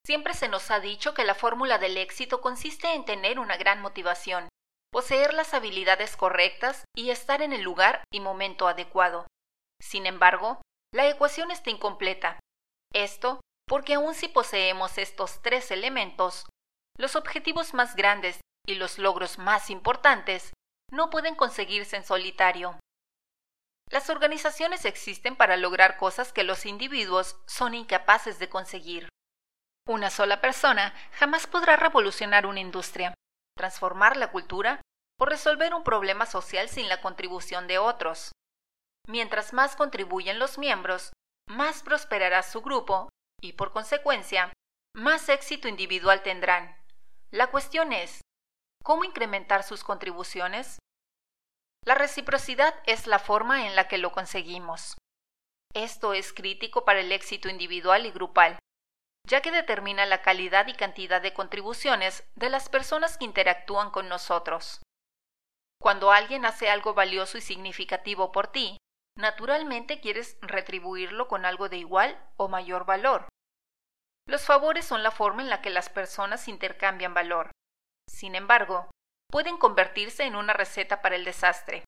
Siempre se nos ha dicho que la fórmula del éxito consiste en tener una gran motivación, poseer las habilidades correctas y estar en el lugar y momento adecuado. Sin embargo, la ecuación está incompleta. Esto porque aun si poseemos estos tres elementos, los objetivos más grandes y los logros más importantes no pueden conseguirse en solitario. Las organizaciones existen para lograr cosas que los individuos son incapaces de conseguir. Una sola persona jamás podrá revolucionar una industria, transformar la cultura o resolver un problema social sin la contribución de otros. Mientras más contribuyen los miembros, más prosperará su grupo y, por consecuencia, más éxito individual tendrán. La cuestión es, ¿cómo incrementar sus contribuciones? La reciprocidad es la forma en la que lo conseguimos. Esto es crítico para el éxito individual y grupal, ya que determina la calidad y cantidad de contribuciones de las personas que interactúan con nosotros. Cuando alguien hace algo valioso y significativo por ti, naturalmente quieres retribuirlo con algo de igual o mayor valor. Los favores son la forma en la que las personas intercambian valor. Sin embargo, pueden convertirse en una receta para el desastre.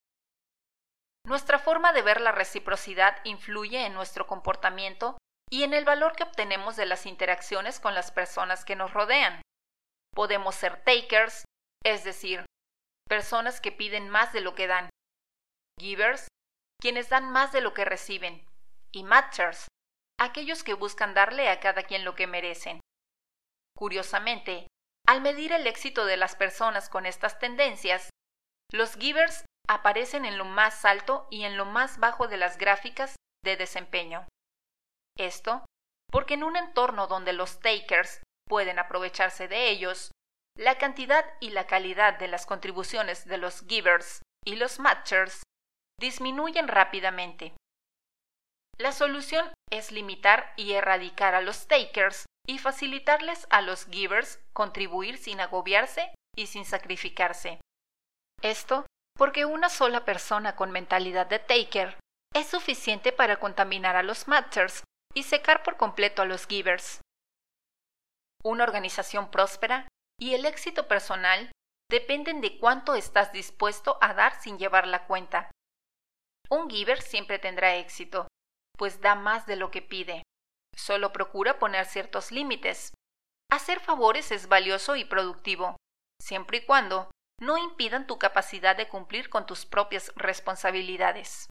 Nuestra forma de ver la reciprocidad influye en nuestro comportamiento y en el valor que obtenemos de las interacciones con las personas que nos rodean. Podemos ser takers, es decir, personas que piden más de lo que dan, givers, quienes dan más de lo que reciben, y matchers, aquellos que buscan darle a cada quien lo que merecen. Curiosamente, al medir el éxito de las personas con estas tendencias, los givers aparecen en lo más alto y en lo más bajo de las gráficas de desempeño. Esto porque en un entorno donde los takers pueden aprovecharse de ellos, la cantidad y la calidad de las contribuciones de los givers y los matchers disminuyen rápidamente. La solución es limitar y erradicar a los takers y facilitarles a los givers contribuir sin agobiarse y sin sacrificarse. Esto porque una sola persona con mentalidad de taker es suficiente para contaminar a los matchers y secar por completo a los givers. Una organización próspera y el éxito personal dependen de cuánto estás dispuesto a dar sin llevar la cuenta. Un giver siempre tendrá éxito, pues da más de lo que pide. Solo procura poner ciertos límites. Hacer favores es valioso y productivo, siempre y cuando no impidan tu capacidad de cumplir con tus propias responsabilidades.